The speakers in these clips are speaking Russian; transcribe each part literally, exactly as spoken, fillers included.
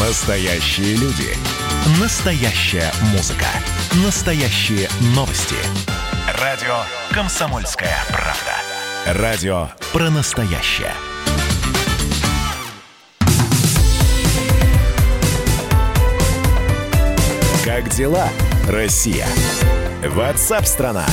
Настоящие люди. Настоящая музыка. Настоящие новости. Радио «Комсомольская правда». Радио про настоящее. Как дела, Россия? Ватсап-страна!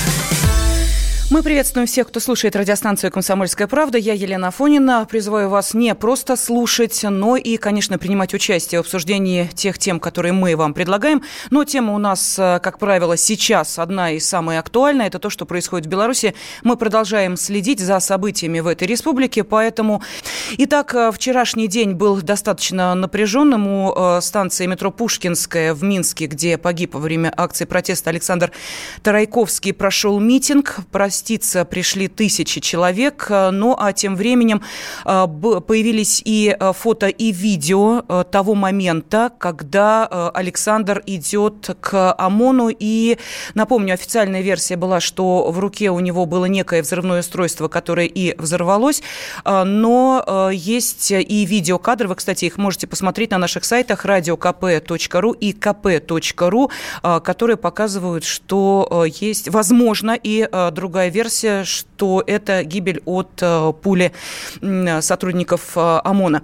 Мы приветствуем всех, кто слушает радиостанцию «Комсомольская правда». Я Елена Афонина. Призываю вас не просто слушать, но и, конечно, принимать участие в обсуждении тех тем, которые мы вам предлагаем. Но тема у нас, как правило, сейчас одна из самых актуальных. Это то, что происходит в Беларуси. Мы продолжаем следить за событиями в этой республике, поэтому... Итак, вчерашний день был достаточно напряженным. У станции метро Пушкинская в Минске, где погиб во время акции протеста Александр Тарайковский, прошел митинг. Проститься пришли тысячи человек. Ну, а тем временем появились и фото, и видео того момента, когда Александр идет к ОМОНу. И, напомню, официальная версия была, что в руке у него было некое взрывное устройство, которое и взорвалось. Но есть и видеокадры, вы, кстати, их можете посмотреть на наших сайтах радио ка пэ точка ру и ка пэ точка ру, которые показывают, что есть, возможно, и другая версия, что это гибель от пули сотрудников ОМОНа.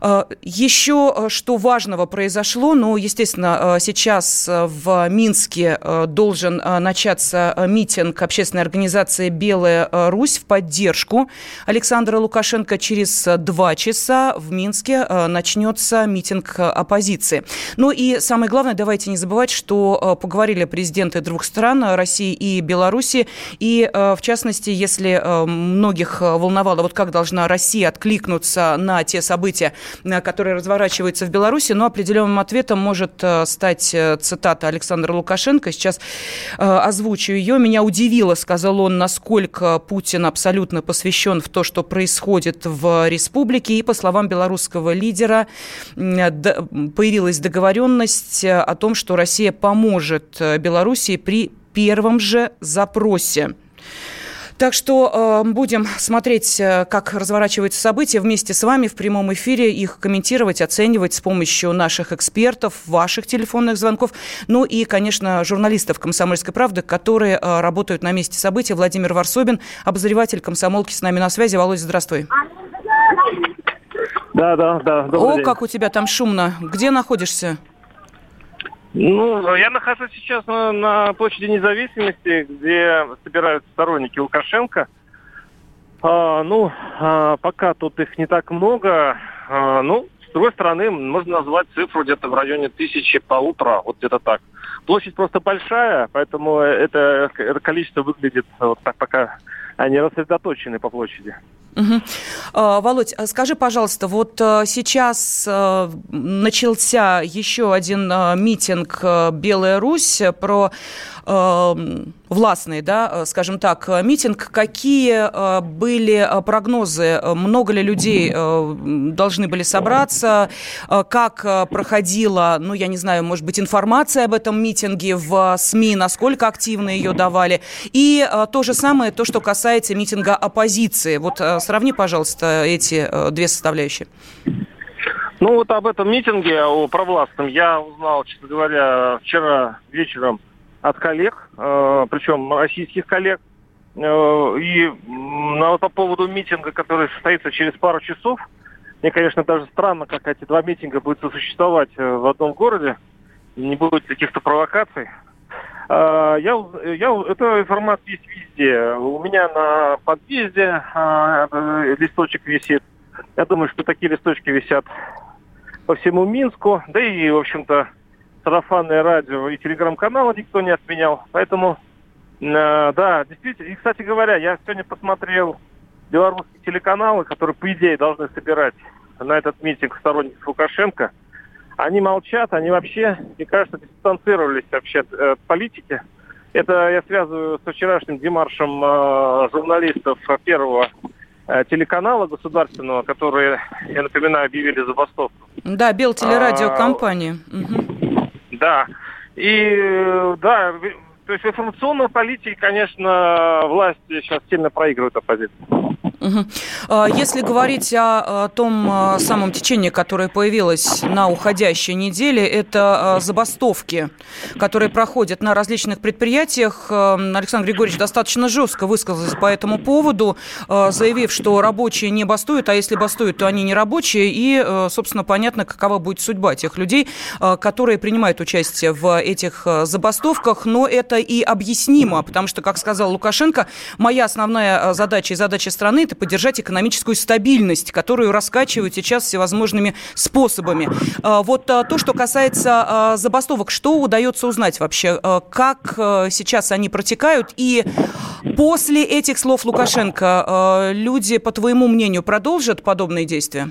Еще что важного произошло, ну, естественно, сейчас в Минске должен начаться митинг общественной организации «Белая Русь» в поддержку Александра Лукашенко. Через два часа в Минске начнется митинг оппозиции. Ну и самое главное, давайте не забывать, что поговорили президенты двух стран, России и Беларуси, и, в частности, если многих волновало, вот как должна Россия откликнуться на те события, которые разворачиваются в Беларуси, но определенным ответом может стать цитата Александра Лукашенко. Сейчас озвучу ее. «Меня удивило, — сказал он, — насколько Путин абсолютно посвящен в то, что происходит в республике. И, по словам белорусского лидера, появилась договоренность о том, что Россия поможет Белоруссии при первом же запросе». Так что э, будем смотреть, как разворачиваются события вместе с вами в прямом эфире, их комментировать, оценивать с помощью наших экспертов, ваших телефонных звонков, ну и, конечно, журналистов «Комсомольской правды», которые э, работают на месте событий. Владимир Варсобин, обозреватель «Комсомолки», с нами на связи. Володя, здравствуй. Да, да, да. О, день. Как у тебя там шумно. Где находишься? Ну, я нахожусь сейчас на, на площади Независимости, где собираются сторонники Лукашенко. А, ну, а, пока тут их не так много. А, ну, с другой стороны, можно назвать цифру где-то в районе тысячи, полутора, вот где-то так. Площадь просто большая, поэтому это, это количество выглядит вот так, пока они рассредоточены по площади. Угу. Володь, скажи, пожалуйста, вот сейчас начался еще один митинг «Белая Русь», про властный, да, скажем так, митинг. Какие были прогнозы? Много ли людей должны были собраться? Как проходила, ну, я не знаю, может быть, информация об этом митинге в СМИ? Насколько активно ее давали? И то же самое, то, что касается митинга оппозиции. Вот сравни, пожалуйста, эти две составляющие. Ну, вот об этом митинге, о провластном, я узнал, честно говоря, вчера вечером от коллег, э, причем российских коллег. Э, и ну, по поводу митинга, который состоится через пару часов, мне, конечно, даже странно, как эти два митинга будут сосуществовать в одном городе, не будет каких-то провокаций. Э, я, я, эта информация есть везде. У меня на подъезде э, листочек висит. Я думаю, что такие листочки висят по всему Минску, да и, в общем-то, сарафанное радио и телеграм-каналы никто не отменял. Поэтому, э, да, действительно. И, кстати говоря, я сегодня посмотрел белорусские телеканалы, которые, по идее, должны собирать на этот митинг сторонников Лукашенко. Они молчат, они вообще, мне кажется, дистанцировались вообще от политики. Это я связываю с вчерашним демаршем э, журналистов первого э, телеканала государственного, которые, я напоминаю, объявили забастовку. Да, Белтелерадиокомпания. А, угу. Да. И, да, то есть в информационной политике, конечно, власть сейчас сильно проигрывает оппозицию. Угу. Если говорить о, о том самом течении, которое появилось на уходящей неделе, это забастовки, которые проходят на различных предприятиях. Александр Григорьевич достаточно жестко высказался по этому поводу, заявив, что рабочие не бастуют, а если бастуют, то они не рабочие. И, собственно, понятно, какова будет судьба тех людей, которые принимают участие в этих забастовках. Но это и объяснимо, потому что, как сказал Лукашенко, моя основная задача и задача страны – это поддержать экономическую стабильность, которую раскачивают сейчас всевозможными способами. Вот то, что касается забастовок, что удается узнать вообще? Как сейчас они протекают? И после этих слов Лукашенко люди, по твоему мнению, продолжат подобные действия?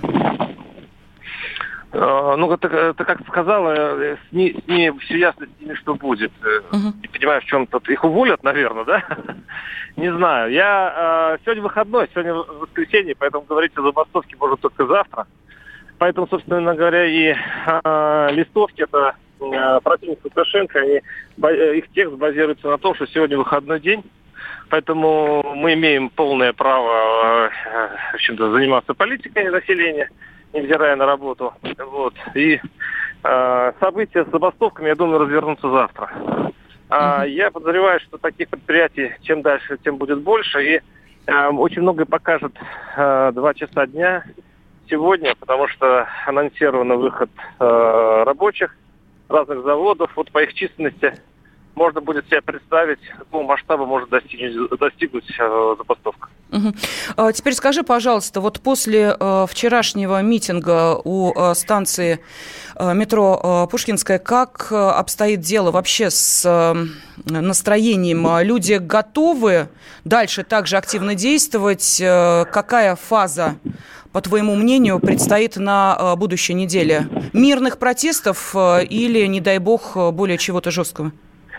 Ну, ты, ты как сказала, с ней, с ней все ясно, с ними что будет. Uh-huh. Не понимаю, в чем тут их уволят, наверное, да? Не знаю. Я э, сегодня выходной, сегодня воскресенье, поэтому говорить о забастовке можно только завтра. Поэтому, собственно говоря, и э, листовки, это э, противник Лукашенко, они, их текст базируется на том, что сегодня выходной день. Поэтому мы имеем полное право э, в общем-то, заниматься политикой населения, невзирая на работу. Вот. И э, события с забастовками, я думаю, развернутся завтра. А, mm-hmm. Я подозреваю, что таких предприятий чем дальше, тем будет больше. И э, очень многое покажет э, два часа дня сегодня, потому что анонсирован выход э, рабочих разных заводов. Вот по их численности можно будет себе представить, какого масштаба может достигнуть, достигнуть э, забастовка. Угу. А теперь скажи, пожалуйста, вот после э, вчерашнего митинга у э, станции э, метро э, Пушкинская, как э, обстоит дело вообще с э, настроением? Люди готовы дальше также активно действовать? Э, какая фаза, по твоему мнению, предстоит на э, будущей неделе? Мирных протестов э, или, не дай бог, более чего-то жесткого?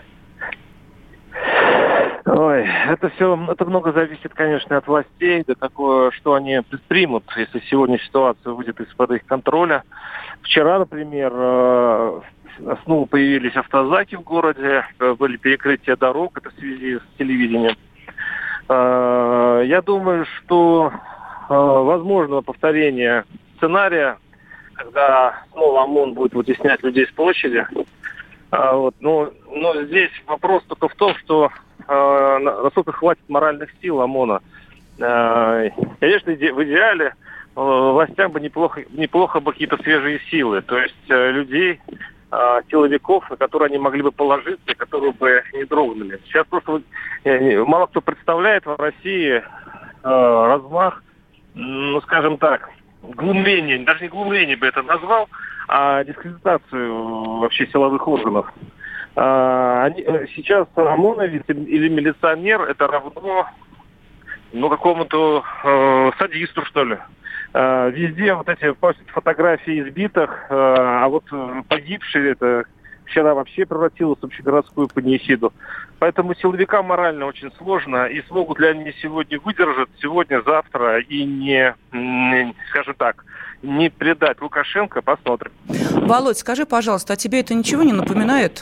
Ой, это все, это много зависит, конечно, от властей, да такое, что они предпримут, если сегодня ситуация выйдет из-под их контроля. Вчера, например, снова появились автозаки в городе, были перекрытия дорог, это в связи с телевидением. Я думаю, что возможно повторение сценария, когда снова ОМОН будет вытеснять людей с площади. Вот. Но, но здесь вопрос только в том, что э, насколько хватит моральных сил ОМОНа. Э, конечно, иде- в идеале э, властям бы неплохо, неплохо бы какие-то свежие силы, то есть э, людей, э, силовиков, на которые они могли бы положиться, которые бы не дрогнули. Сейчас просто э, мало кто представляет в России э, размах, ну, скажем так, глумление, даже не глумление бы это назвал, а дискредитацию вообще силовых органов. А, они, сейчас ОМОНовец или милиционер это равно ну, какому-то э, садисту, что ли. А, везде вот эти фотографии избитых, а, а вот погибшие это вчера вообще превратилось в общегородскую панихиду. Поэтому силовикам морально очень сложно, и смогут ли они сегодня выдержать, сегодня, завтра, и не, не скажем так, не предать Лукашенко, посмотрим. Володь, скажи, пожалуйста, а тебе это ничего не напоминает?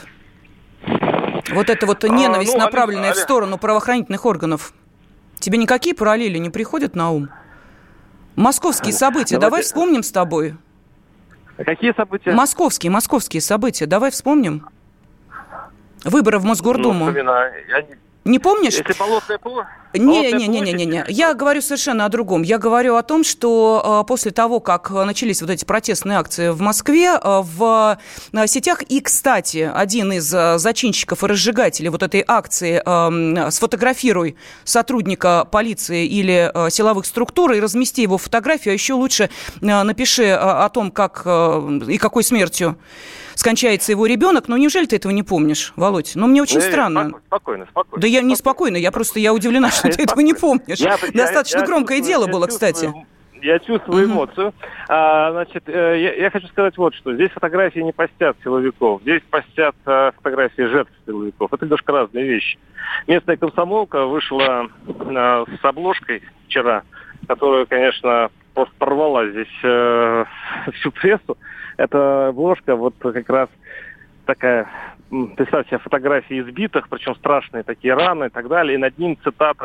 Вот эта вот ненависть, а, ну, направленная Олег, в сторону правоохранительных органов. Тебе никакие параллели не приходят на ум? Московские события, давай, давай вспомним с тобой. Какие события? Московские, московские события, давай вспомним. Выборы в Мосгордуму. Ну, вспоминаю. Я не... не помнишь? Если болотное поле? Не-не-не-не-не. Я говорю совершенно о другом. Я говорю о том, что э, после того, как начались вот эти протестные акции в Москве, э, в э, сетях, и, кстати, один из э, зачинщиков и разжигателей вот этой акции э, «Сфотографируй сотрудника полиции или э, силовых структур и размести его фотографию, а еще лучше э, напиши э, о том, как э, и какой смертью скончается его ребенок. Но неужели ты этого не помнишь, Володь? Ну, мне очень да, странно. Спокойно, спокойно. Да я не спокойно, я просто я удивлена, что ты этого не помнишь. Я, Достаточно я, громкое я дело чувствую, было, кстати. Я чувствую эмоцию. А, значит, я, я хочу сказать вот что. Здесь фотографии не постят силовиков. Здесь постят а, фотографии жертв силовиков. Это немножко разные вещи. Местная комсомолка вышла а, с обложкой вчера, которая, конечно, просто порвала здесь а, всю прессу. Эта обложка вот как раз такая... Представьте себе фотографии избитых, причем страшные такие раны и так далее. И над ним цитата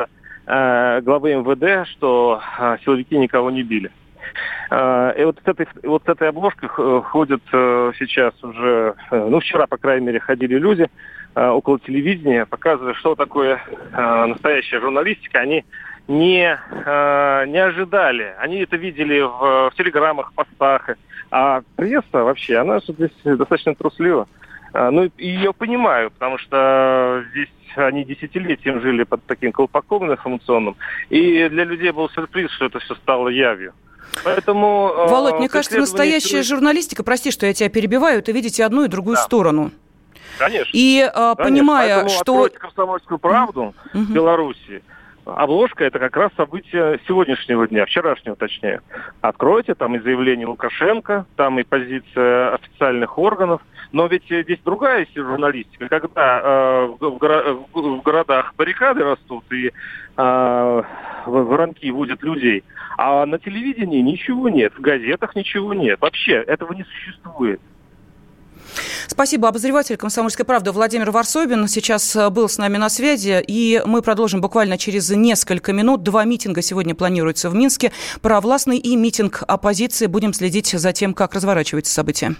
э, главы эм вэ дэ, что э, силовики никого не били. Э, и вот с этой, вот с этой обложкой ходят э, сейчас уже, э, ну, вчера, по крайней мере, ходили люди э, около телевидения, показывая, что такое э, настоящая журналистика. Они не, э, не ожидали. Они это видели в, в телеграммах, постах. А пресса вообще, она здесь достаточно труслива. Э, ну, и ее понимаю, потому что здесь они десятилетием жили под таким колпаком информационным. И для людей был сюрприз, что это все стало явью. Поэтому, Володь, э, мне кажется, настоящая журналистика, прости, что я тебя перебиваю, это видите одну и другую да. сторону. Конечно. И э, Конечно. понимая, Поэтому что... откройте «Комсомольскую правду» mm-hmm. в Беларуси. Обложка – это как раз событие сегодняшнего дня, вчерашнего точнее. Откройте, там и заявление Лукашенко, там и позиция официальных органов. Но ведь здесь другая журналистика, когда э, в, горо- в городах баррикады растут и э, воронки водят людей, а на телевидении ничего нет, в газетах ничего нет. Вообще этого не существует. Спасибо. Обозреватель «Комсомольской правды» Владимир Варсобин сейчас был с нами на связи, и мы продолжим буквально через несколько минут. Два митинга сегодня планируются в Минске. Провластный и митинг оппозиции. Будем следить за тем, как разворачиваются события.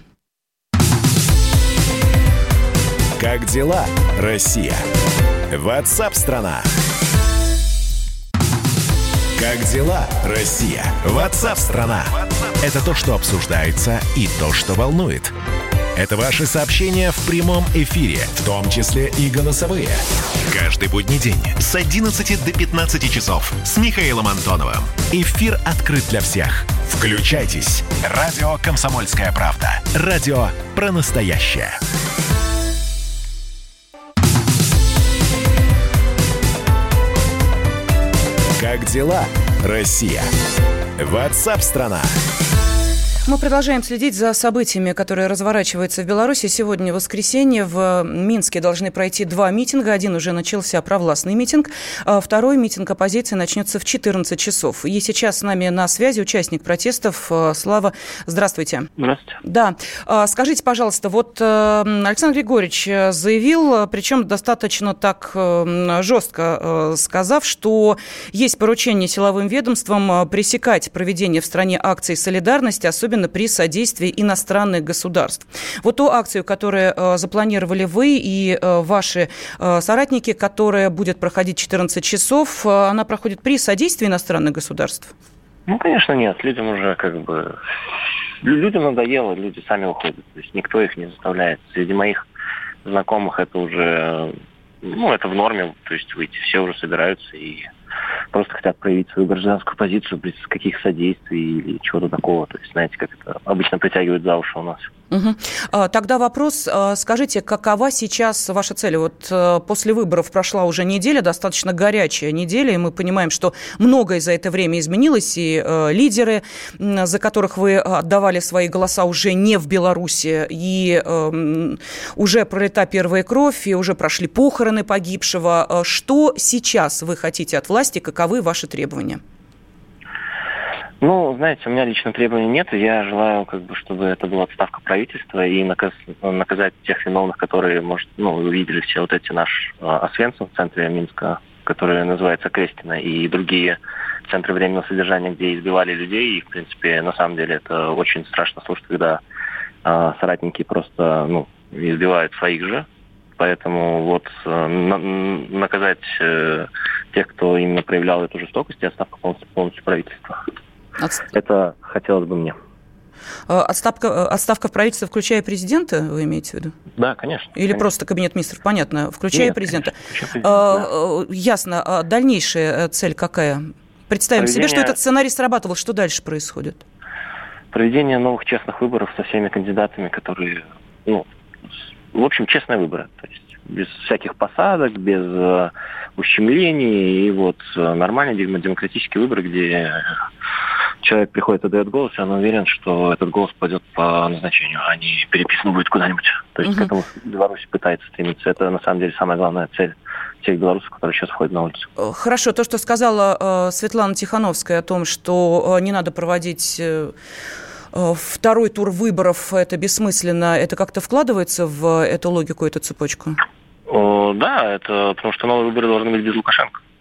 Как дела, Россия? Ватсап-страна! Как дела, Россия? Ватсап-страна! Это то, что обсуждается, и то, что волнует. Это ваши сообщения в прямом эфире, в том числе и голосовые. Каждый будний день с одиннадцати до пятнадцати часов с Михаилом Антоновым. Эфир открыт для всех. Включайтесь. Радио «Комсомольская правда». Радио про настоящее. Как дела, Россия? Ватсап-страна! Мы продолжаем следить за событиями, которые разворачиваются в Беларуси. Сегодня воскресенье. В Минске должны пройти два митинга. Один уже начался, провластный митинг. А второй митинг оппозиции начнется в четырнадцать часов. И сейчас с нами на связи участник протестов Слава. Здравствуйте. Здравствуйте. Да. Скажите, пожалуйста, вот Александр Григорьевич заявил, причем достаточно так жестко сказав, что есть поручение силовым ведомствам пресекать проведение в стране акций солидарности, особенно при содействии иностранных государств. Вот ту акцию, которую э, запланировали вы и э, ваши э, соратники, которая будет проходить четырнадцать часов, э, она проходит при содействии иностранных государств? Ну, конечно, нет. Людям уже как бы... Людям надоело, люди сами уходят. То есть никто их не заставляет. Среди моих знакомых это уже... Ну, это в норме. То есть выйти. Все уже собираются и... просто хотят проявить свою гражданскую позицию без каких содействий или чего-то такого. То есть, знаете, как это обычно притягивают за уши у нас. Угу. Тогда вопрос. Скажите, какова сейчас ваша цель? Вот после выборов прошла уже неделя, достаточно горячая неделя, и мы понимаем, что многое за это время изменилось, и лидеры, за которых вы отдавали свои голоса, уже не в Беларуси, и уже пролита первая кровь, и уже прошли похороны погибшего. Что сейчас вы хотите от власти? Каковы ваши требования? Ну, знаете, у меня лично требований нет. Я желаю, как бы, чтобы это была отставка правительства и наказ, наказать тех виновных, которые, может, ну, увидели все вот эти наш Освенцим в центре Минска, который называется Крестина, и другие центры временного содержания, где избивали людей. И, в принципе, на самом деле это очень страшно слушать, когда э, соратники просто, ну, избивают своих же. Поэтому вот э, на, наказать э, тех, кто именно проявлял эту жестокость, и отставка полностью, полностью правительства. От... Это хотелось бы мне. Отставка, отставка в правительстве, включая президента, вы имеете в виду? Да, конечно. Или конечно. Просто кабинет министров? Понятно, включая Нет, президента. Конечно, включая президента, да. Ясно. Дальнейшая цель какая? Представим Проведение... себе, что этот сценарий срабатывал. Что дальше происходит? Проведение новых честных выборов со всеми кандидатами, которые... ну, в общем, честные выборы. То есть без всяких посадок, без э, ущемлений. И вот э, нормальные демократические выборы, где человек приходит и дает голос, и он уверен, что этот голос пойдет по назначению, а не переписан будет куда-нибудь. То есть угу. к этому Беларусь пытается стремиться. Это, на самом деле, самая главная цель тех белорусов, которые сейчас ходят на улицу. Хорошо. То, что сказала э, Светлана Тихановская о том, что э, не надо проводить... Э, второй тур выборов, это бессмысленно, это как-то вкладывается в эту логику, эту цепочку? О, да, это потому что новые выборы должны быть без Лукашенко.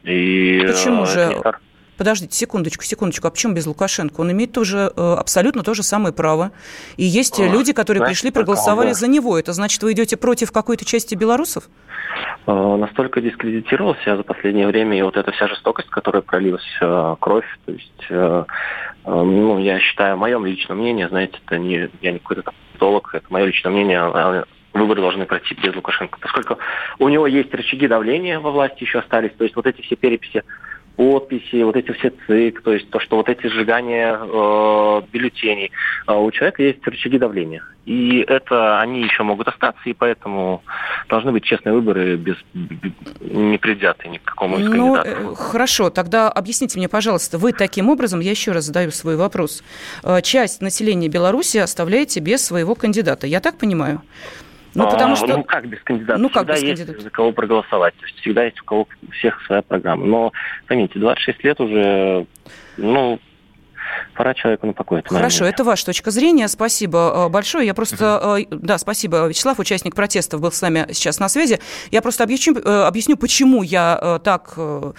И, Почему э, же? Подождите, секундочку, секундочку. А почему без Лукашенко? Он имеет тоже э, абсолютно то же самое право. И есть О, люди, которые значит, пришли, проголосовали да. за него. Это значит, вы идете против какой-то части белорусов? Э, настолько дискредитировался за последнее время, и вот эта вся жестокость, которая пролилась, э, кровь, то есть, э, э, ну, я считаю, мое личное мнение, знаете, это не, я не какой-то политолог, это мое личное мнение, выборы должны пройти без Лукашенко, поскольку у него есть рычаги давления во власти еще остались, то есть вот эти все переписи, подписи, вот эти все ЦИК, то есть то, что вот эти сжигания э, бюллетеней, э, у человека есть рычаги давления. И это они еще могут остаться, и поэтому должны быть честные выборы, без, без не предвзятые ни к какому из ну, кандидатов. Ну, хорошо, тогда объясните мне, пожалуйста, вы таким образом, я еще раз задаю свой вопрос, часть населения Беларуси оставляете без своего кандидата, я так понимаю? Ну, потому что... ну, как без кандидата? Ну, как всегда без есть кандидата? за кого проголосовать. То есть всегда есть у кого у всех своя программа. Но, поймите, двадцать шесть лет уже, ну... Пора человеку на покой. Хорошо, это ваша точка зрения. Спасибо большое. Я просто... Uh-huh. Да, спасибо. Вячеслав, участник протестов, был с нами сейчас на связи. Я просто объясню, объясню почему я так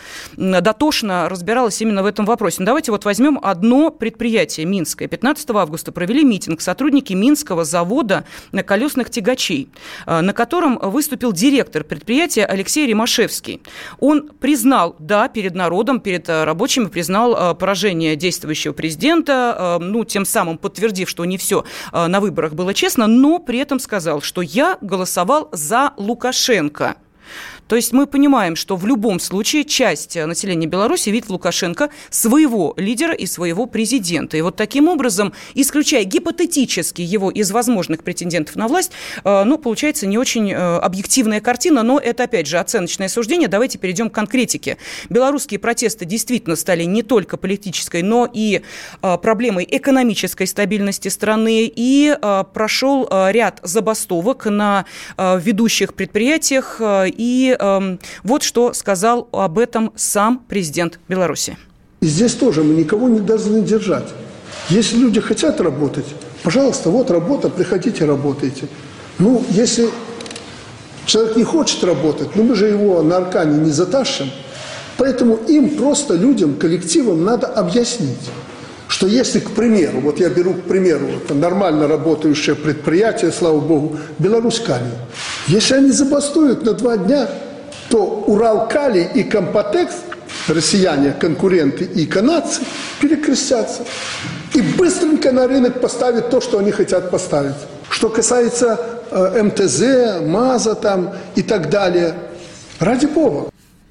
дотошно разбиралась именно в этом вопросе. Ну, давайте вот возьмем одно предприятие Минское. пятнадцатого августа провели митинг сотрудники Минского завода колесных тягачей, на котором выступил директор предприятия Алексей Римашевский. Он признал, да, перед народом, перед рабочими признал поражение действующего президента, ну, тем самым подтвердив, что не все на выборах было честно, но при этом сказал, что я голосовал за Лукашенко. То есть мы понимаем, что в любом случае часть населения Беларуси видит в Лукашенко своего лидера и своего президента. И вот таким образом, исключая гипотетически его из возможных претендентов на власть, ну, получается не очень объективная картина, но это, опять же, оценочное суждение. Давайте перейдем к конкретике. Белорусские протесты действительно стали не только политической, но и проблемой экономической стабильности страны. И прошел ряд забастовок на ведущих предприятиях. И вот что сказал об этом сам президент Беларуси. И здесь тоже мы никого не должны держать. Если люди хотят работать, пожалуйста, вот работа, приходите, работайте. Ну, если человек не хочет работать, ну мы же его на аркане не затащим. Поэтому им просто, людям, коллективам надо объяснить, что если, к примеру, вот я беру, к примеру, это нормально работающее предприятие, слава богу, Беларусь-Калий, если они забастуют на два дня, то Урал-Калий и Компотекс, россияне, конкуренты и канадцы, перекрестятся. И быстренько на рынок поставят то, что они хотят поставить. Что касается э, эм тэ зэ, МАЗа там и так далее, ради бога.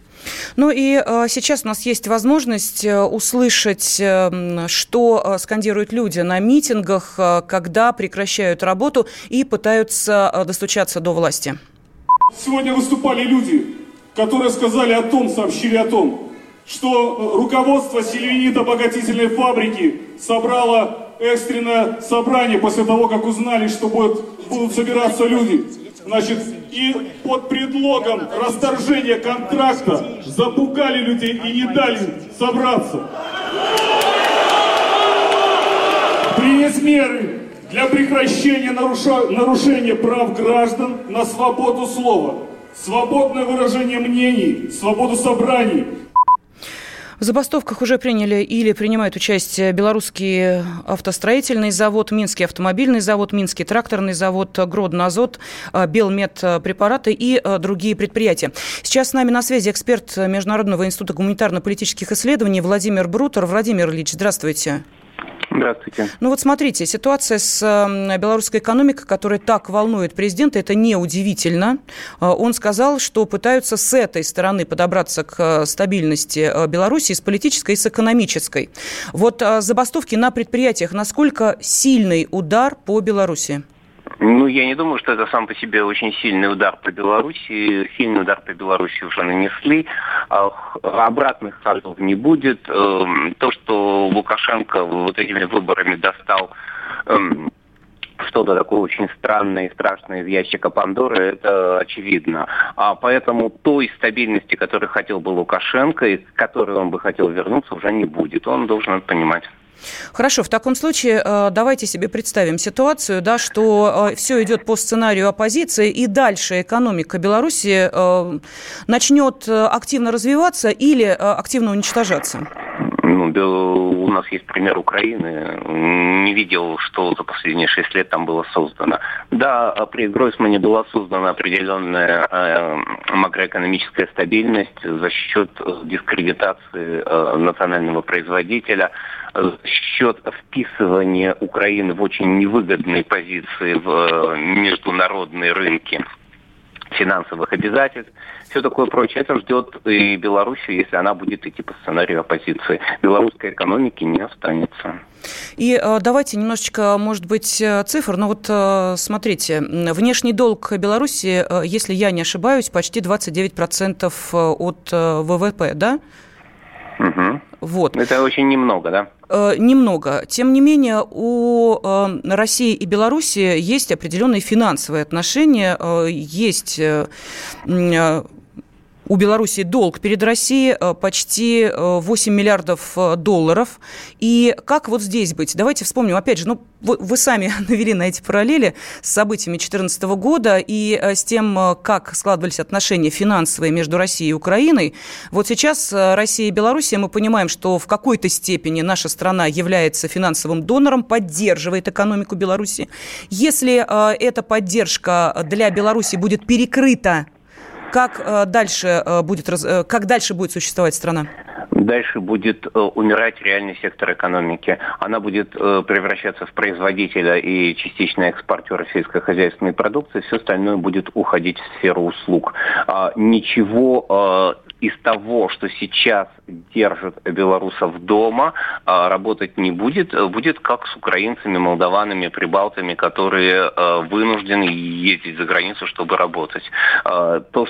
Ну и э, сейчас у нас есть возможность э, услышать, э, что э, скандируют люди на митингах, э, когда прекращают работу и пытаются э, достучаться до власти. Сегодня выступали люди, которые сказали о том, сообщили о том, что руководство сильвинит-обогатительной фабрики собрало экстренное собрание после того, как узнали, что будут, будут собираться люди. Значит, и под предлогом расторжения контракта запугали людей и не дали собраться. Принять меры для прекращения наруша... нарушения прав граждан на свободу слова, свободное выражение мнений, свободу собраний. В забастовках уже приняли или принимают участие Белорусский автостроительный завод, Минский автомобильный завод, Минский тракторный завод, Гродно-Азот, Белмедпрепараты и другие предприятия. Сейчас с нами на связи эксперт Международного института гуманитарно-политических исследований Владимир Брутер. Владимир Ильич, здравствуйте. Здравствуйте. Ну вот смотрите, ситуация с белорусской экономикой, которая так волнует президента, это неудивительно. Он сказал, что пытаются с этой стороны подобраться к стабильности Беларуси, с политической и с экономической. Вот забастовки на предприятиях, насколько сильный удар по Беларуси? Ну, я не думаю, что это сам по себе очень сильный удар по Беларуси. Сильный удар по Беларуси уже нанесли. Обратных шагов не будет. То, что Лукашенко вот этими выборами достал что-то такое очень странное и страшное из ящика Пандоры, это очевидно. А поэтому той стабильности, которую хотел бы Лукашенко, и с которой он бы хотел вернуться, уже не будет. Он должен это понимать. Хорошо, в таком случае давайте себе представим ситуацию, да, что все идет по сценарию оппозиции, и дальше экономика Беларуси начнет активно развиваться или активно уничтожаться. Ну, у нас есть пример Украины. Не видел, что за последние шесть лет там было создано. Да, при Гройсмане была создана определенная э, макроэкономическая стабильность за счет дискредитации э, национального производителя, за счет вписывания Украины в очень невыгодные позиции в э, международные рынки финансовых обязательств, все такое прочее. Это ждет и Белоруссию, если она будет идти по сценарию оппозиции. Белорусской экономики не останется. И э, давайте немножечко, может быть, цифр. Ну вот э, смотрите, внешний долг Беларуси, э, если я не ошибаюсь, почти двадцать девять процентов от э, ВВП, да? Угу. Вот. Это очень немного, да? Э, немного. Тем не менее, у э, России и Беларуси есть определенные финансовые отношения, э, есть... Э, э, У Беларуси долг перед Россией почти восемь миллиардов долларов. И как вот здесь быть? Давайте вспомним, опять же, ну, вы, вы сами навели на эти параллели с событиями две тысячи четырнадцатого года и с тем, как складывались отношения финансовые между Россией и Украиной. Вот сейчас Россия и Белоруссия, мы понимаем, что в какой-то степени наша страна является финансовым донором, поддерживает экономику Беларуси. Если эта поддержка для Беларуси будет перекрыта, Как дальше будет, как дальше будет существовать страна? Дальше будет э, умирать реальный сектор экономики. Она будет э, превращаться в производителя и частично экспортера сельскохозяйственной продукции. Все остальное будет уходить в сферу услуг. А, ничего э, из того, что сейчас держит белорусов дома, а, работать не будет. Будет как с украинцами, молдаванами, прибалтами, которые э, вынуждены ездить за границу, чтобы работать. А, то,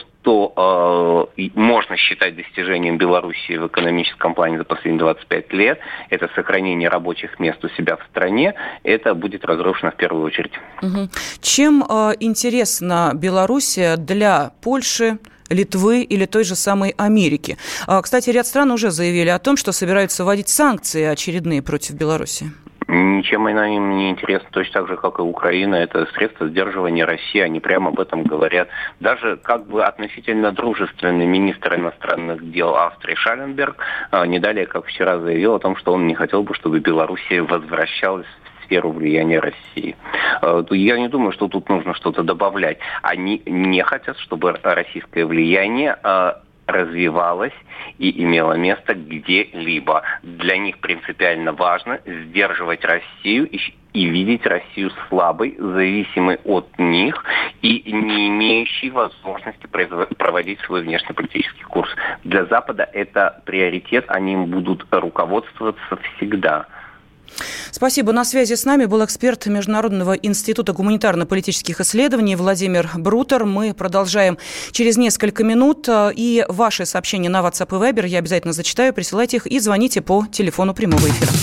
что э, можно считать достижением Белоруссии в экономическом плане за последние двадцать пять лет, это сохранение рабочих мест у себя в стране, это будет разрушено в первую очередь. Угу. Чем э, интересна Белоруссия для Польши, Литвы или той же самой Америки? Кстати, ряд стран уже заявили о том, что собираются вводить санкции очередные против Беларуси. Ничем она им не интересна, точно так же, как и Украина. Это средство сдерживания России, они прямо об этом говорят. Даже как бы относительно дружественный министр иностранных дел Австрии Шалленберг не далее, как вчера, заявил о том, что он не хотел бы, чтобы Белоруссия возвращалась в сферу влияния России. Я не думаю, что тут нужно что-то добавлять. Они не хотят, чтобы российское влияние развивалась и имела место где-либо. Для них принципиально важно сдерживать Россию и, и видеть Россию слабой, зависимой от них и не имеющей возможности производ- проводить свой внешнеполитический курс. Для Запада это приоритет, они им будут руководствоваться всегда. Спасибо. На связи с нами был эксперт Международного института гуманитарно-политических исследований Владимир Брутер. Мы продолжаем через несколько минут. И ваши сообщения на WhatsApp и Viber я обязательно зачитаю. Присылайте их и звоните по телефону прямого эфира.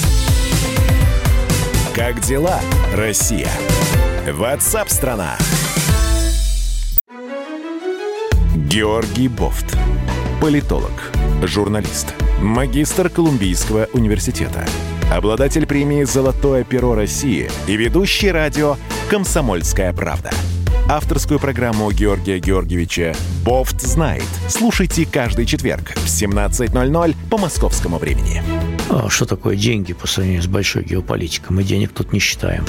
Как дела, Россия? WhatsApp-страна. Георгий Бофт. Политолог, журналист, магистр Колумбийского университета, обладатель премии «Золотое перо России» и ведущий радио «Комсомольская правда». Авторскую программу Георгия Георгиевича «Бофт знает». Слушайте каждый четверг в семнадцать ноль ноль по московскому времени. А что такое деньги по сравнению с большой геополитикой? Мы денег тут не считаем.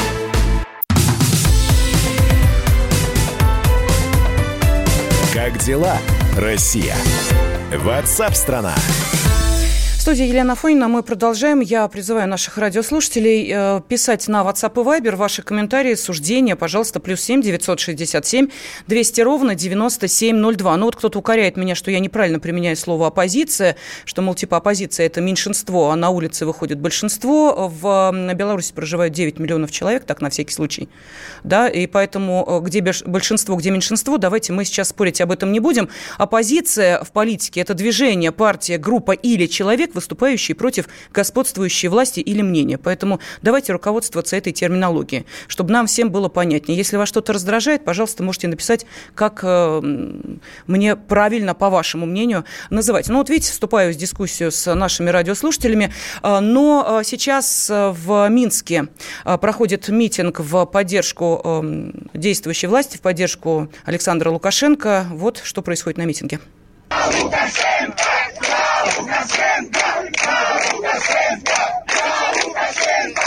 Как дела, Россия? WhatsApp-страна. Студия Елена Афонина. Мы продолжаем. Я призываю наших радиослушателей э, писать на WhatsApp и Viber ваши комментарии, суждения. Пожалуйста, плюс семь девятьсот шестьдесят семь двести ровно девяносто семь ноль два. Ну вот кто-то укоряет меня, что я неправильно применяю слово «оппозиция», что, мол, типа оппозиция – это меньшинство, а на улице выходит большинство. В Беларуси проживают девять миллионов человек, так на всякий случай. Да, и поэтому где большинство, где меньшинство, давайте мы сейчас спорить об этом не будем. Оппозиция в политике – это движение, партия, группа или человек, человек, выступающий против господствующей власти или мнения. Поэтому давайте руководствоваться этой терминологией, чтобы нам всем было понятнее. Если вас что-то раздражает, пожалуйста, можете написать, как э, мне правильно, по вашему мнению, называть. Ну вот видите, вступаю в дискуссию с нашими радиослушателями, э, но э, сейчас в Минске э, проходит митинг в поддержку э, действующей власти, в поддержку Александра Лукашенко. Вот что происходит на митинге. Лукашенко! Лукашенко! Лукашенко! Лукашенко!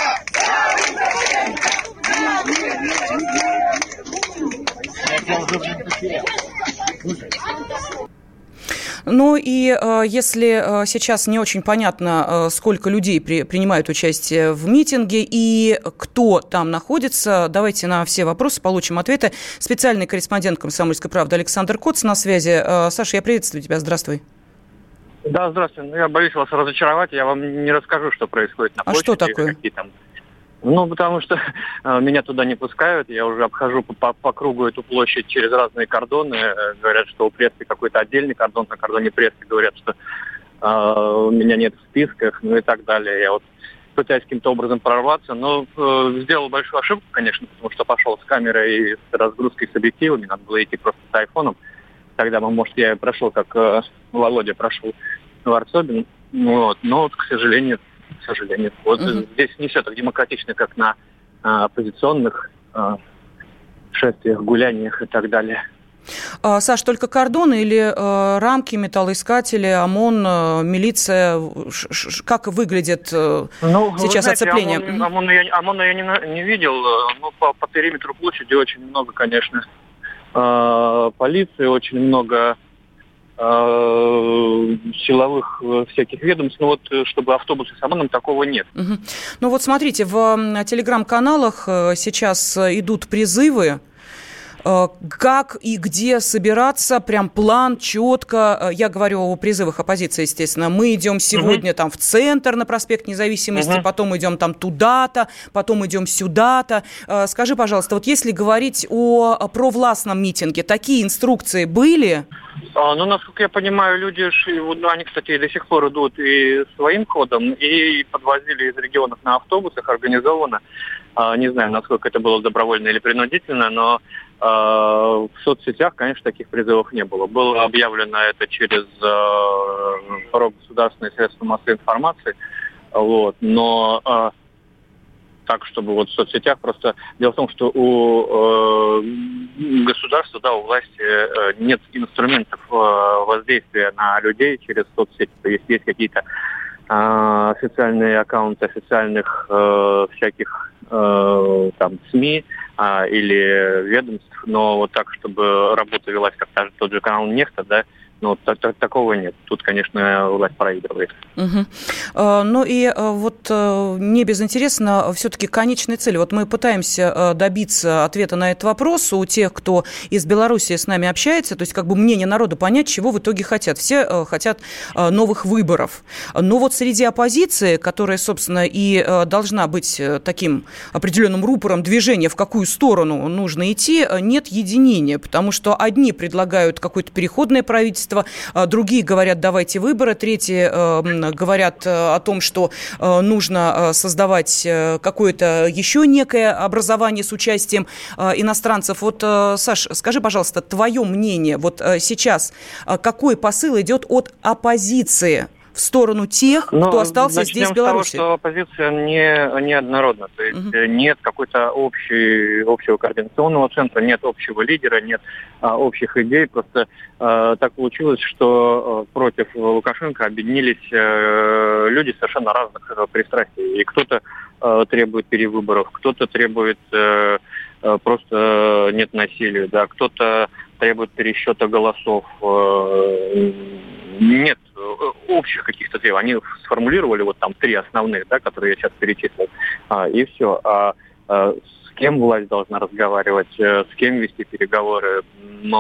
Ну и э, если э, сейчас не очень понятно, э, сколько людей при, принимают участие в митинге и кто там находится, давайте на все вопросы получим ответы. Специальный корреспондент «Комсомольской правды» Александр Коц на связи. Э, Саша, я приветствую тебя. Здравствуй. Да, здравствуйте. Ну, я боюсь вас разочаровать. Я вам не расскажу, что происходит на площади. А что такое? Какие там... Ну, потому что э, меня туда не пускают. Я уже обхожу по, по, по кругу эту площадь через разные кордоны. Э, говорят, что у прессы какой-то отдельный кордон. На кордоне прессы говорят, что э, меня нет в списках, ну и так далее. Я вот пытаюсь каким-то образом прорваться, но э, сделал большую ошибку, конечно, потому что пошел с камерой и с разгрузкой с объективами. Надо было идти просто с айфоном. Тогда, может, я прошел, как э, Володя прошел Варсобин. Вот. Но, вот, к сожалению... К сожалению. Вот uh-huh. здесь не все так демократично, как на а, оппозиционных а, шествиях, гуляниях и так далее. А, Саш, только кордоны или а, рамки, металлоискатели, ОМОН, а, милиция? Ш- ш- как выглядит а, ну, сейчас знаете, оцепление? ОМОН, ОМОН, я, ОМОН я не, не видел, но по, по периметру площади очень много, конечно, а, полиции, очень много силовых всяких ведомств, но вот чтобы автобусы с ОМОНом, такого нет. Угу. Ну вот смотрите, в телеграм-каналах сейчас идут призывы, как и где собираться, прям план четко. Я говорю о призывах оппозиции, естественно. Мы идем сегодня угу. там в центр на проспект Независимости, угу. потом идем там туда-то, потом идем сюда-то. Скажи, пожалуйста, вот если говорить о провластном митинге, такие инструкции были? А, ну, насколько я понимаю, люди, ну, они, кстати, до сих пор идут и своим ходом, и подвозили из регионов на автобусах организованно. А, не знаю, насколько это было добровольно или принудительно, но а, в соцсетях, конечно, таких призывов не было. Было объявлено это через а, государственные средства массовой информации, вот, но... А, так, чтобы вот в соцсетях просто... Дело в том, что у э, государства, да, у власти э, нет инструментов э, воздействия на людей через соцсети. То есть есть какие-то э, официальные аккаунты официальных э, всяких э, там СМИ э, или ведомств, но вот так, чтобы работа велась, как та, тот же канал «Нехта», да, ну, так, так, такого нет. Тут, конечно, власть проигрывает. Угу. А, ну и а, вот а, не безинтересно все-таки конечная цель. Вот мы пытаемся а, добиться ответа на этот вопрос у тех, кто из Беларуси с нами общается, то есть как бы мнение народа понять, чего в итоге хотят. Все а, хотят а, новых выборов. Но вот среди оппозиции, которая, собственно, и а, должна быть таким определенным рупором движения, в какую сторону нужно идти, нет единения, потому что одни предлагают какое-то переходное правительство, другие говорят, давайте выборы, третьи э, говорят о том, что э, нужно создавать какое-то еще некое образование с участием э, иностранцев. Вот, э, Саш, скажи, пожалуйста, твое мнение, вот э, сейчас э, какой посыл идет от оппозиции в сторону тех, кто Но остался здесь, в Беларуси? Начнем с того, что оппозиция не, не однородна. То есть угу. нет какой-то общей, общего координационного центра, нет общего лидера, нет а, общих идей. Просто а, так получилось, что а, против Лукашенко объединились а, люди совершенно разных а, пристрастий. И кто-то а, требует перевыборов, кто-то требует а, а, просто нет насилия, да, кто-то требует пересчета голосов. А, нет общих каких-то требований. Они сформулировали вот там три основных, да, которые я сейчас перечислил, а, и все. А, а с кем власть должна разговаривать, с кем вести переговоры, но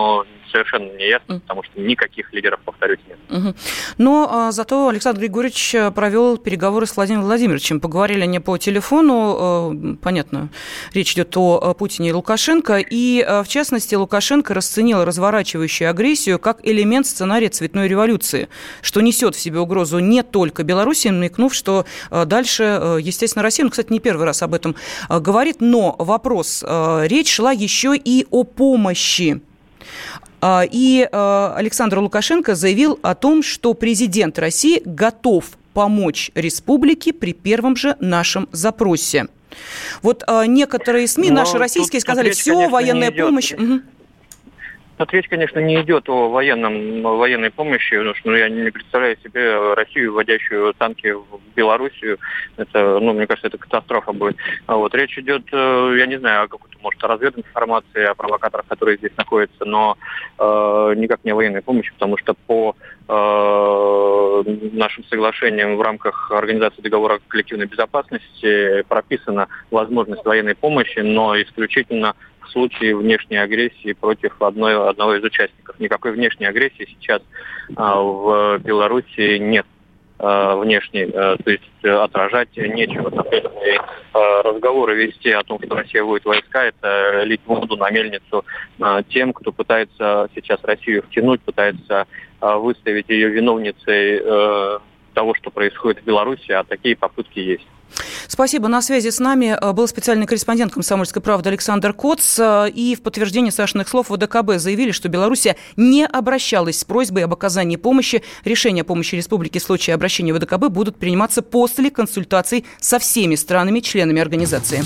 совершенно не ясно, mm. потому что никаких лидеров, повторюсь, нет. Mm-hmm. Но а, зато Александр Григорьевич провел переговоры с Владимиром Владимировичем. Поговорили они по телефону. А, понятно, речь идет о Путине и Лукашенко. И, а, в частности, Лукашенко расценил разворачивающую агрессию как элемент сценария цветной революции, что несет в себе угрозу не только Беларуси, намекнув, что а, дальше, а, естественно, Россия, ну, кстати, не первый раз об этом а, говорит, но вопрос, а, речь шла еще и о помощи. И Александр Лукашенко заявил о том, что президент России готов помочь республике при первом же нашем запросе. Вот некоторые СМИ, Но наши российские, тут, сказали, тут речь, все, конечно, военная помощь... Угу. Тут речь, конечно, не идет о военном, о военной помощи, потому что ну, я не представляю себе Россию, вводящую танки в Белоруссию. Это, ну, мне кажется, это катастрофа будет. А вот речь идет, я не знаю, о какой-то, может, о развединформации, о провокаторах, которые здесь находятся, но э, никак не о военной помощи, потому что по э, нашим соглашениям в рамках Организации договора коллективной безопасности прописана возможность военной помощи, но исключительно в случае внешней агрессии против одной, одного из участников. Никакой внешней агрессии сейчас а, в Беларуси нет а, внешней, а, то есть отражать нечего. Соответственно, а, разговоры вести о том, что Россия вводит войска, это лить воду на мельницу а, тем, кто пытается сейчас Россию втянуть, пытается а, выставить ее виновницей а, того, что происходит в Беларуси, а такие попытки есть. Спасибо. На связи с нами был специальный корреспондент «Комсомольской правды» Александр Коц. И в подтверждение Сашиных слов в ВДКБ заявили, что Белоруссия не обращалась с просьбой об оказании помощи. Решения о помощи республике в случае обращения в ВДКБ будут приниматься после консультаций со всеми странами-членами организации.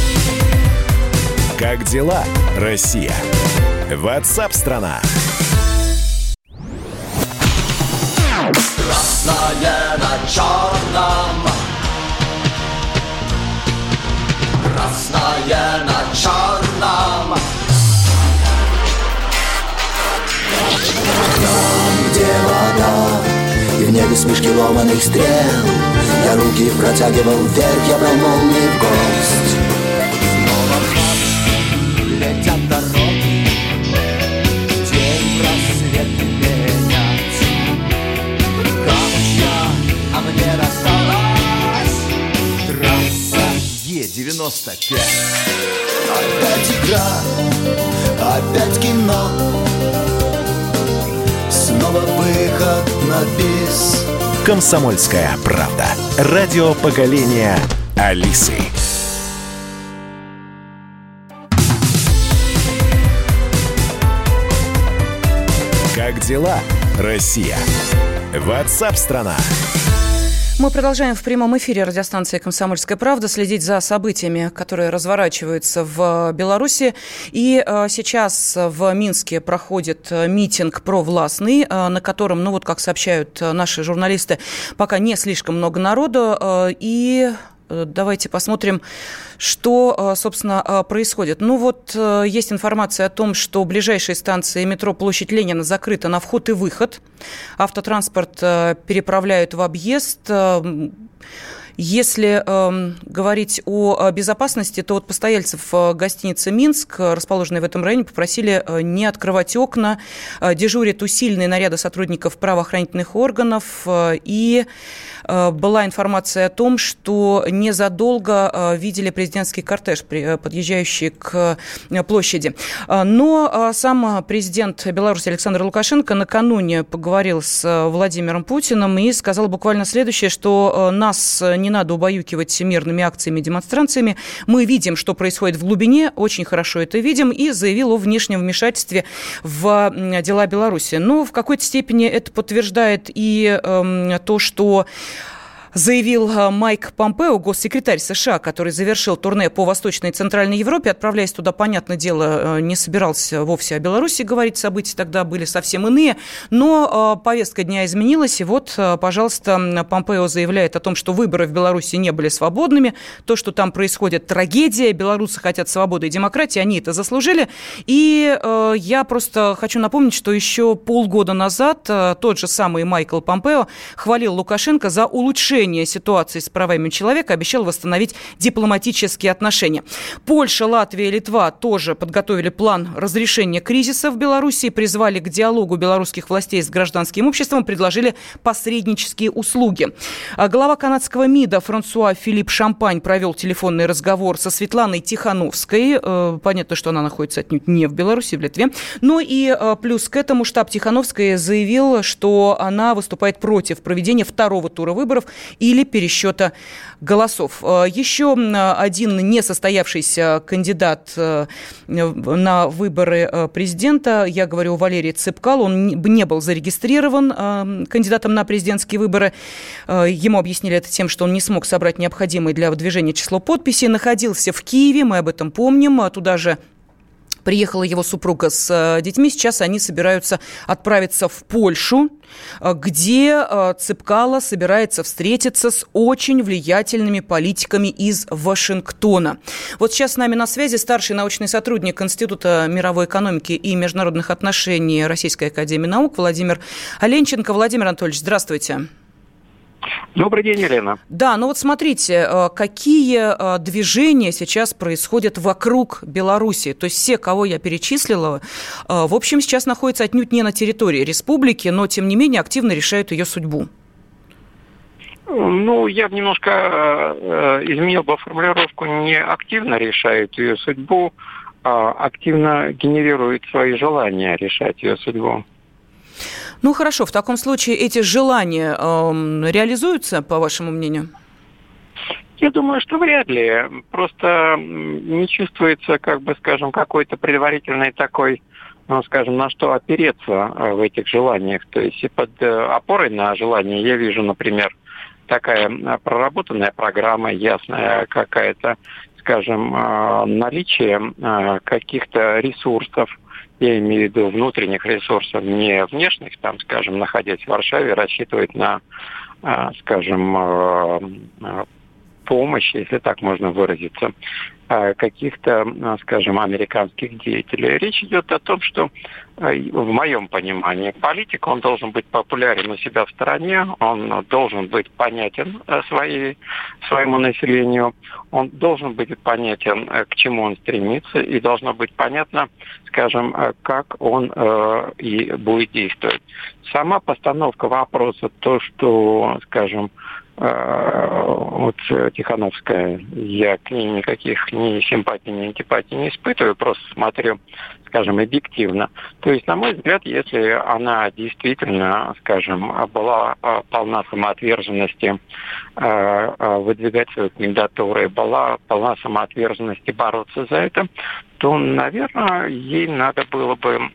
Как дела, Россия? WhatsApp-страна. Красное на черном. Красное на черном. Там, где вода, и в небе смешки ломаных стрел, я руки протягивал вверх, я брал молнии в гость. Снова в марш летят дороги, день просветы менять. Камушья, а мне рассталась трасса Е девяносто пять. Опять игра, опять кино, снова выход на бис. «Комсомольская правда». Радио поколения Алисы. Как дела, Россия? WhatsApp-страна. Мы продолжаем в прямом эфире радиостанции «Комсомольская правда» следить за событиями, которые разворачиваются в Беларуси. И э, сейчас в Минске проходит митинг провластный, э, на котором, ну вот как сообщают наши журналисты, пока не слишком много народу. Э, и э, давайте посмотрим, что, собственно, происходит. Ну вот есть информация о том, что ближайшие станции метро Площадь Ленина закрыта на вход и выход. Автотранспорт переправляют в объезд. Если э, говорить о безопасности, то вот постояльцев гостиницы «Минск», расположенной в этом районе, попросили не открывать окна. Дежурят усиленные наряды сотрудников правоохранительных органов. И э, была информация о том, что незадолго э, видели президентский кортеж, подъезжающий к площади. Но сам президент Беларуси Александр Лукашенко накануне поговорил с Владимиром Путиным и сказал буквально следующее, что нас не надо убаюкивать мирными акциями и демонстрациями. Мы видим, что происходит в глубине, очень хорошо это видим, и заявил о внешнем вмешательстве в дела Беларуси. Но в какой-то степени это подтверждает и э, то, что заявил Майк Помпео, госсекретарь США, который завершил турне по Восточной и Центральной Европе. Отправляясь туда, понятное дело, не собирался вовсе о Беларуси говорить. События тогда были совсем иные. Но повестка дня изменилась. И вот, пожалуйста, Помпео заявляет о том, что выборы в Беларуси не были свободными. То, что там происходит, трагедия. Белорусы хотят свободы и демократии. Они это заслужили. И э, я просто хочу напомнить, что еще полгода назад тот же самый Майкл Помпео хвалил Лукашенко за улучшение улучшения ситуации с правами человека обещал восстановить дипломатические отношения. Польша, Латвия и Литва тоже подготовили план разрешения кризиса в Беларуси, призвали к диалогу белорусских властей с гражданским обществом, предложили посреднические услуги. Глава канадского МИДа Франсуа Филипп Шампань провел телефонный разговор со Светланой Тихановской. Понятно, что она находится отнюдь не в Беларуси, в Литве. Но и плюс к этому штаб Тихановской заявил, что она выступает против проведения второго тура выборов или пересчета голосов. Еще один несостоявшийся кандидат на выборы президента, я говорю о Валерии Цепкало, он не был зарегистрирован кандидатом на президентские выборы. Ему объяснили это тем, что он не смог собрать необходимое для выдвижения число подписей, находился в Киеве, мы об этом помним, туда же приехала его супруга с детьми. Сейчас они собираются отправиться в Польшу, где Цепкало собирается встретиться с очень влиятельными политиками из Вашингтона. Вот сейчас с нами на связи старший научный сотрудник Института мировой экономики и международных отношений Российской академии наук Владимир Оленченко. Владимир Анатольевич, здравствуйте. Добрый день, Елена. Да, ну вот смотрите, какие движения сейчас происходят вокруг Беларуси. То есть все, кого я перечислила, в общем, сейчас находятся отнюдь не на территории республики, но, тем не менее, активно решают ее судьбу. Ну, я бы немножко изменил бы формулировку. Не активно решают ее судьбу, а активно генерируют свои желания решать ее судьбу. Ну, хорошо, в таком случае эти желания э, реализуются, по вашему мнению? Я думаю, что вряд ли. Просто не чувствуется, как бы, скажем, какой-то предварительный такой, ну, скажем, на что опереться в этих желаниях. То есть и под опорой на желание я вижу, например, такая проработанная программа, ясная какая-то, скажем, наличие каких-то ресурсов, я имею в виду внутренних ресурсов, не внешних, там, скажем, находясь в Варшаве, рассчитывать на, скажем, помощь, если так можно выразиться, каких-то, скажем, американских деятелей. Речь идет о том, что, в моем понимании, политик, он должен быть популярен у себя в стране, он должен быть понятен своей, своему населению, он должен быть понятен, к чему он стремится, и должно быть понятно, скажем, как он э, и будет действовать. Сама постановка вопроса, то, что, скажем, вот Тихановская, я к ней никаких ни симпатий, ни антипатий не испытываю, просто смотрю, скажем, объективно. То есть, на мой взгляд, если она действительно, скажем, была полна самоотверженности выдвигать свою кандидатуру и была полна самоотверженности бороться за это, то, наверное, ей надо было бы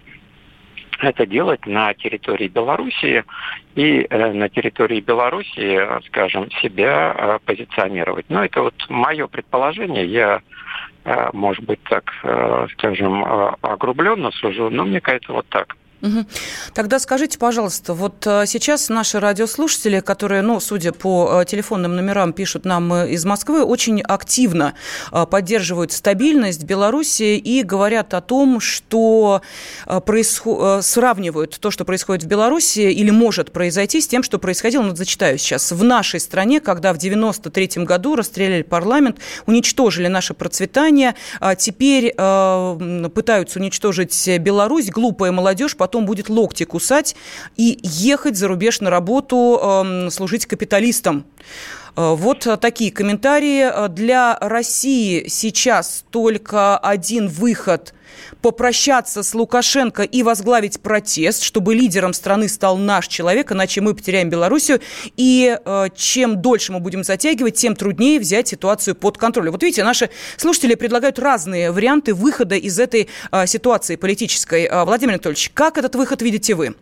это делать на территории Белоруссии и э, на территории Белоруссии, скажем, себя э, позиционировать. Но это вот мое предположение. Я, э, может быть, так, э, скажем, э, огрубленно сужу, но мне кажется, вот так. Угу. Тогда скажите, пожалуйста, вот сейчас наши радиослушатели, которые, ну, судя по телефонным номерам, пишут нам из Москвы, очень активно поддерживают стабильность Беларуси и говорят о том, что происход... сравнивают то, что происходит в Беларуси или может произойти, с тем, что происходило, ну, зачитаю сейчас, в нашей стране, когда в девяносто третьем году расстреляли парламент, уничтожили наше процветание, а теперь э, пытаются уничтожить Беларусь, глупая молодежь, потом будет локти кусать и ехать за рубеж на работу, э, служить капиталистам. Вот такие комментарии. Для России сейчас только один выход – попрощаться с Лукашенко и возглавить протест, чтобы лидером страны стал наш человек, иначе мы потеряем Белоруссию. И э, чем дольше мы будем затягивать, тем труднее взять ситуацию под контроль. Вот видите, наши слушатели предлагают разные варианты выхода из этой э, ситуации политической. Владимир Анатольевич, как этот выход видите вы?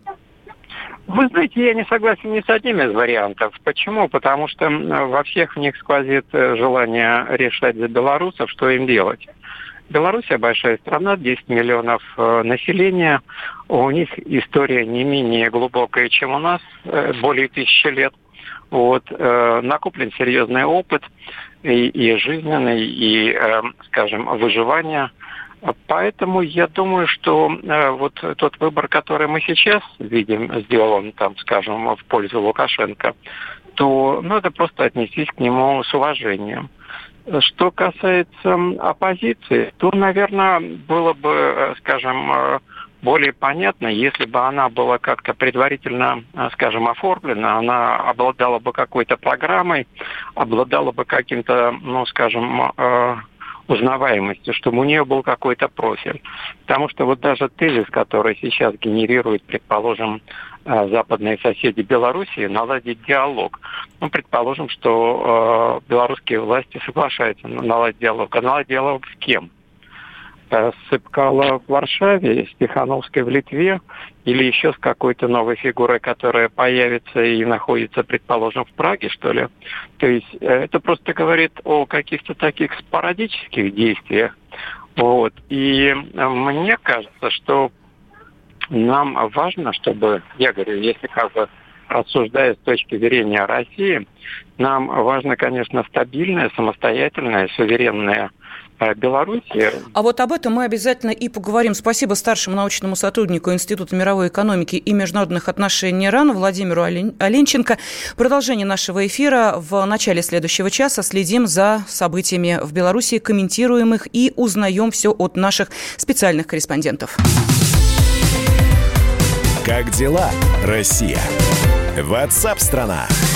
Вы знаете, я не согласен ни с одним из вариантов. Почему? Потому что во всех в них сквозит желание решать за белорусов, что им делать. Белоруссия большая страна, десять миллионов населения. У них история не менее глубокая, чем у нас, более тысячи лет. Вот, накоплен серьезный опыт и, и жизненный, и, скажем, выживания. Поэтому я думаю, что э, вот тот выбор, который мы сейчас видим, сделан, там, скажем, в пользу Лукашенко, то надо просто отнестись к нему с уважением. Что касается оппозиции, то, наверное, было бы, скажем, более понятно, если бы она была как-то предварительно, скажем, оформлена, она обладала бы какой-то программой, обладала бы каким-то, ну, скажем, узнаваемостью, чтобы у нее был какой-то профиль. Потому что вот даже тезис, который сейчас генерирует, предположим, западные соседи Белоруссии, наладить диалог. Ну, предположим, что э, белорусские власти соглашаются наладить диалог. А наладить диалог с кем? С Цыпкало в Варшаве, с Тихановской в Литве или еще с какой-то новой фигурой, которая появится и находится, предположим, в Праге, что ли? То есть это просто говорит о каких-то таких спорадических действиях. Вот. И мне кажется, что нам важно, чтобы, я говорю, если как бы рассуждая с точки зрения России, нам важно, конечно, стабильная, самостоятельная, суверенная Белоруссия. А вот об этом мы обязательно и поговорим. Спасибо старшему научному сотруднику Института мировой экономики и международных отношений РАН Владимиру Оленченко. Продолжение нашего эфира в начале следующего часа. Следим за событиями в Беларуси, комментируем их и узнаем все от наших специальных корреспондентов. Как дела, Россия? WhatsApp-страна.